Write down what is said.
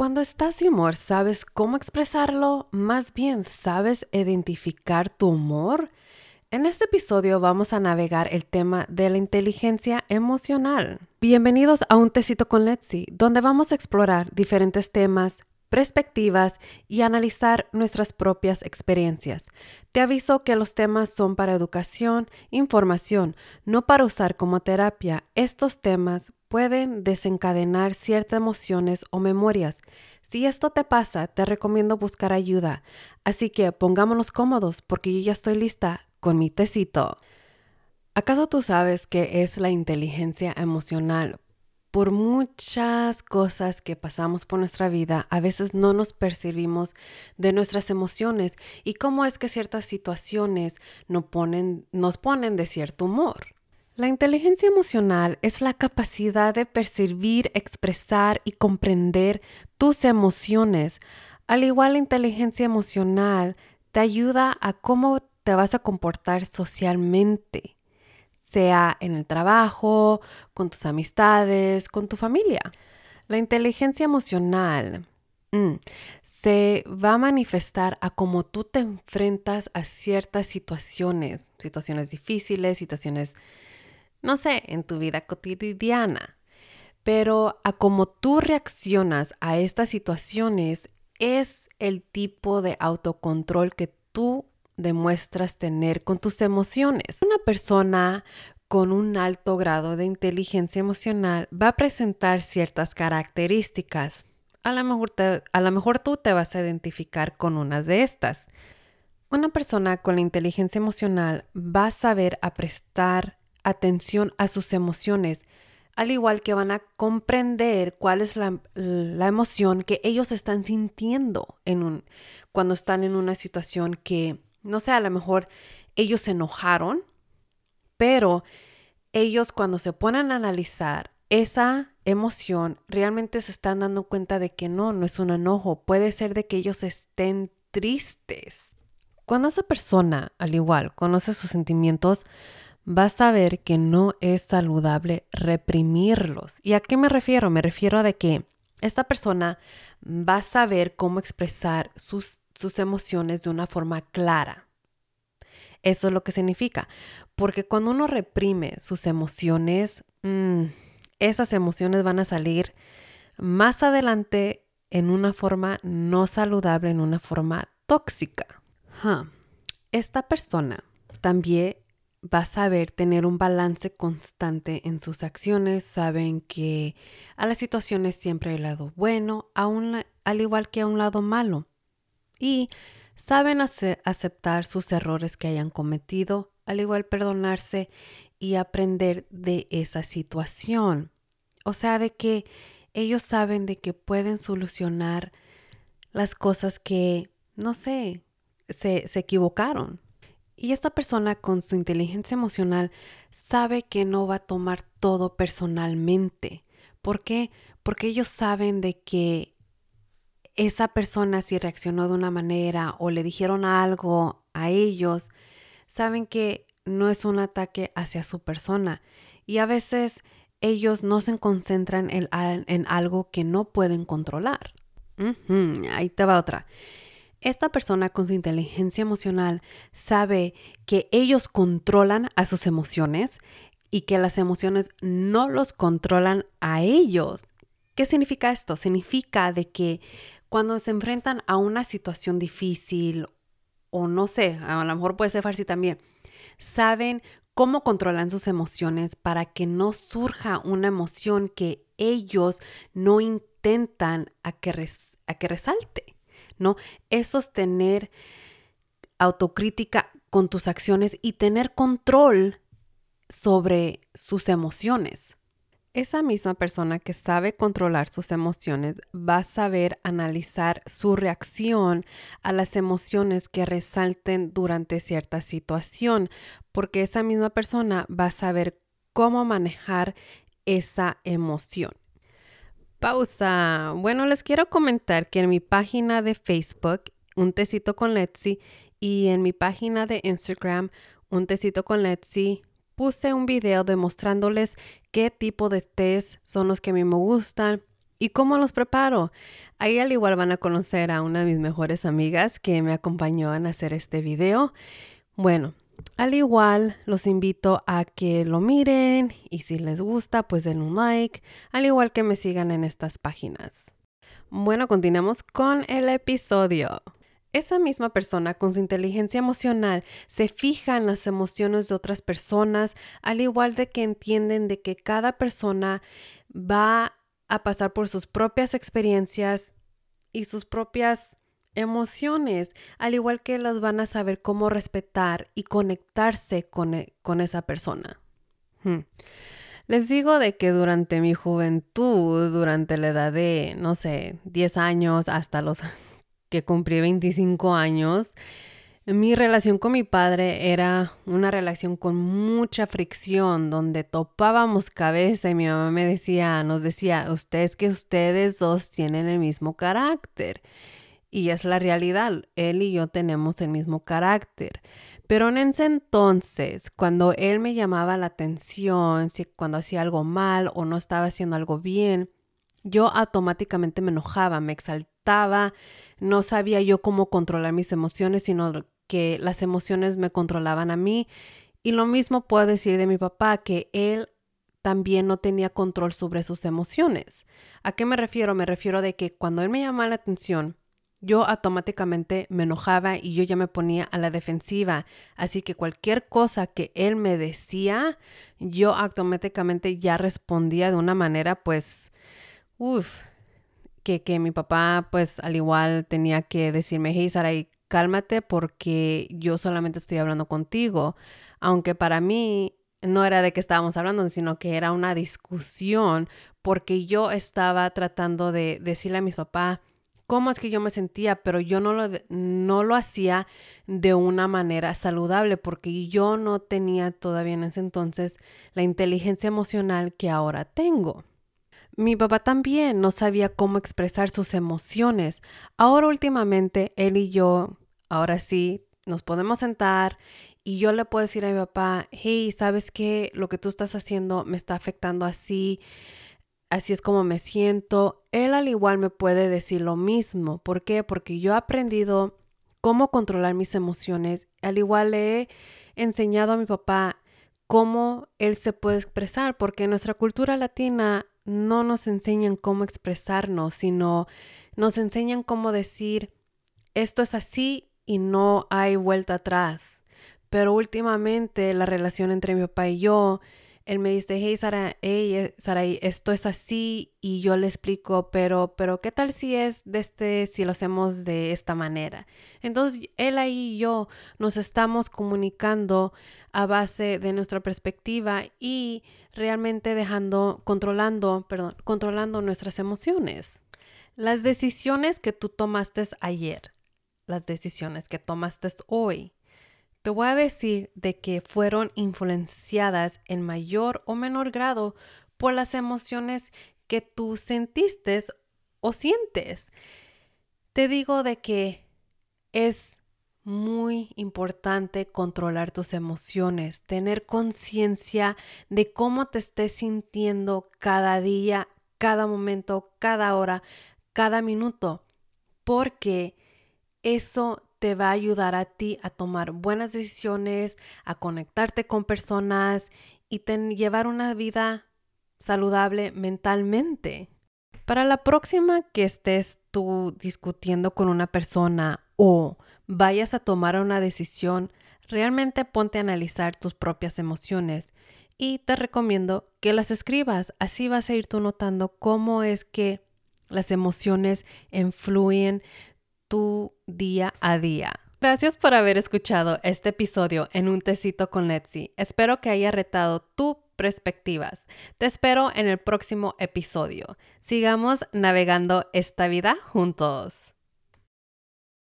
Cuando estás de humor, ¿sabes cómo expresarlo? Más bien, ¿sabes identificar tu humor? En este episodio vamos a navegar el tema de la inteligencia emocional. Bienvenidos a Un Tecito con Letzi, donde vamos a explorar diferentes temas, perspectivas y analizar nuestras propias experiencias. Te aviso que los temas son para educación, información, no para usar como terapia. Estos temas pueden desencadenar ciertas emociones o memorias. Si esto te pasa, te recomiendo buscar ayuda. Así que pongámonos cómodos porque yo ya estoy lista con mi tecito. ¿Acaso tú sabes qué es la inteligencia emocional? Por muchas cosas que pasamos por nuestra vida, a veces no nos percibimos de nuestras emociones y cómo es que ciertas situaciones nos ponen de cierto humor. La inteligencia emocional es la capacidad de percibir, expresar y comprender tus emociones. Al igual, la inteligencia emocional te ayuda a cómo te vas a comportar socialmente, sea en el trabajo, con tus amistades, con tu familia. La inteligencia emocional se va a manifestar a cómo tú te enfrentas a ciertas situaciones difíciles, situaciones, no sé, en tu vida cotidiana. Pero a cómo tú reaccionas a estas situaciones es el tipo de autocontrol que tú demuestras tener con tus emociones. Una persona con un alto grado de inteligencia emocional va a presentar ciertas características. A lo mejor tú te vas a identificar con una de estas. Una persona con la inteligencia emocional va a saber a prestar atención a sus emociones, al igual que van a comprender cuál es la emoción que ellos están sintiendo cuando están en una situación que, no sé, a lo mejor ellos se enojaron, pero ellos cuando se ponen a analizar esa emoción, realmente se están dando cuenta de que no es un enojo, puede ser de que ellos estén tristes. Cuando esa persona, al igual, conoce sus sentimientos, va a saber que no es saludable reprimirlos. ¿Y a qué me refiero? Me refiero a de que esta persona va a saber cómo expresar sus emociones de una forma clara. Eso es lo que significa. Porque cuando uno reprime sus emociones, esas emociones van a salir más adelante en una forma no saludable, en una forma tóxica. Esta persona también va a saber tener un balance constante en sus acciones. Saben que a las situaciones siempre hay un lado bueno, al igual que a un lado malo. Y saben aceptar sus errores que hayan cometido, al igual perdonarse y aprender de esa situación. O sea, de que ellos saben de que pueden solucionar las cosas que, no sé, se equivocaron. Y esta persona con su inteligencia emocional sabe que no va a tomar todo personalmente. ¿Por qué? Porque ellos saben de que esa persona, si reaccionó de una manera o le dijeron algo a ellos, saben que no es un ataque hacia su persona. Y a veces ellos no se concentran en algo que no pueden controlar. Ahí te va otra. Esta persona con su inteligencia emocional sabe que ellos controlan a sus emociones y que las emociones no los controlan a ellos. ¿Qué significa esto? Significa de que cuando se enfrentan a una situación difícil o no sé, a lo mejor puede ser fácil también, saben cómo controlan sus emociones para que no surja una emoción que ellos no intentan a que resalte. ¿No? Eso es tener autocrítica con tus acciones y tener control sobre sus emociones. Esa misma persona que sabe controlar sus emociones va a saber analizar su reacción a las emociones que resalten durante cierta situación, porque esa misma persona va a saber cómo manejar esa emoción. Pausa. Bueno, les quiero comentar que en mi página de Facebook, Un Tecito con Letzi, y en mi página de Instagram, Un Tecito con Letzi, puse un video demostrándoles qué tipo de tés son los que a mí me gustan ¿Y cómo los preparo? Ahí al igual van a conocer a una de mis mejores amigas que me acompañó en hacer este video. Bueno, al igual los invito a que lo miren y si les gusta, pues den un like, al igual que me sigan en estas páginas. Bueno, continuamos con el episodio. Esa misma persona con su inteligencia emocional se fija en las emociones de otras personas, al igual de que entienden de que cada persona va a pasar por sus propias experiencias y sus propias emociones, al igual que los van a saber cómo respetar y conectarse con esa persona. Les digo de que durante mi juventud, durante la edad de, no sé, 10 años hasta los que cumplí 25 años, mi relación con mi padre era una relación con mucha fricción, donde topábamos cabeza y mi mamá nos decía, ustedes dos tienen el mismo carácter. Y es la realidad, él y yo tenemos el mismo carácter. Pero en ese entonces, cuando él me llamaba la atención, cuando hacía algo mal o no estaba haciendo algo bien, yo automáticamente me enojaba, me exaltaba, no sabía yo cómo controlar mis emociones, sino que las emociones me controlaban a mí. Y lo mismo puedo decir de mi papá, que él también no tenía control sobre sus emociones. ¿A qué me refiero? Me refiero de que cuando él me llamaba la atención, yo automáticamente me enojaba y yo ya me ponía a la defensiva. Así que cualquier cosa que él me decía, yo automáticamente ya respondía de una manera, pues, que mi papá, pues, al igual tenía que decirme, hey, Sarai, cálmate porque yo solamente estoy hablando contigo. Aunque para mí no era de que estábamos hablando, sino que era una discusión porque yo estaba tratando de decirle a mis papás cómo es que yo me sentía, pero yo no lo hacía de una manera saludable porque yo no tenía todavía en ese entonces la inteligencia emocional que ahora tengo. Mi papá también no sabía cómo expresar sus emociones. Ahora últimamente, él y yo, ahora sí, nos podemos sentar y yo le puedo decir a mi papá, hey, ¿sabes qué? Lo que tú estás haciendo me está afectando así. Así es como me siento. Él al igual me puede decir lo mismo. ¿Por qué? Porque yo he aprendido cómo controlar mis emociones. Al igual le he enseñado a mi papá cómo él se puede expresar, porque en nuestra cultura latina no nos enseñan cómo expresarnos, sino nos enseñan cómo decir, esto es así y no hay vuelta atrás. Pero últimamente la relación entre mi papá y yo, él me dice, hey, Sarai, esto es así y yo le explico, pero ¿qué tal si lo hacemos de esta manera? Entonces, él ahí y yo nos estamos comunicando a base de nuestra perspectiva y realmente controlando nuestras emociones. Las decisiones que tú tomaste ayer, las decisiones que tomaste hoy, te voy a decir de que fueron influenciadas en mayor o menor grado por las emociones que tú sentiste o sientes. Te digo de que es muy importante controlar tus emociones, tener conciencia de cómo te estés sintiendo cada día, cada momento, cada hora, cada minuto, porque eso te va a ayudar a ti a tomar buenas decisiones, a conectarte con personas y llevar una vida saludable mentalmente. Para la próxima que estés tú discutiendo con una persona o vayas a tomar una decisión, realmente ponte a analizar tus propias emociones y te recomiendo que las escribas. Así vas a ir tú notando cómo es que las emociones influyen tu día a día. Gracias por haber escuchado este episodio en Un Tecito con Letzi. Espero que haya retado tus perspectivas. Te espero en el próximo episodio. Sigamos navegando esta vida juntos.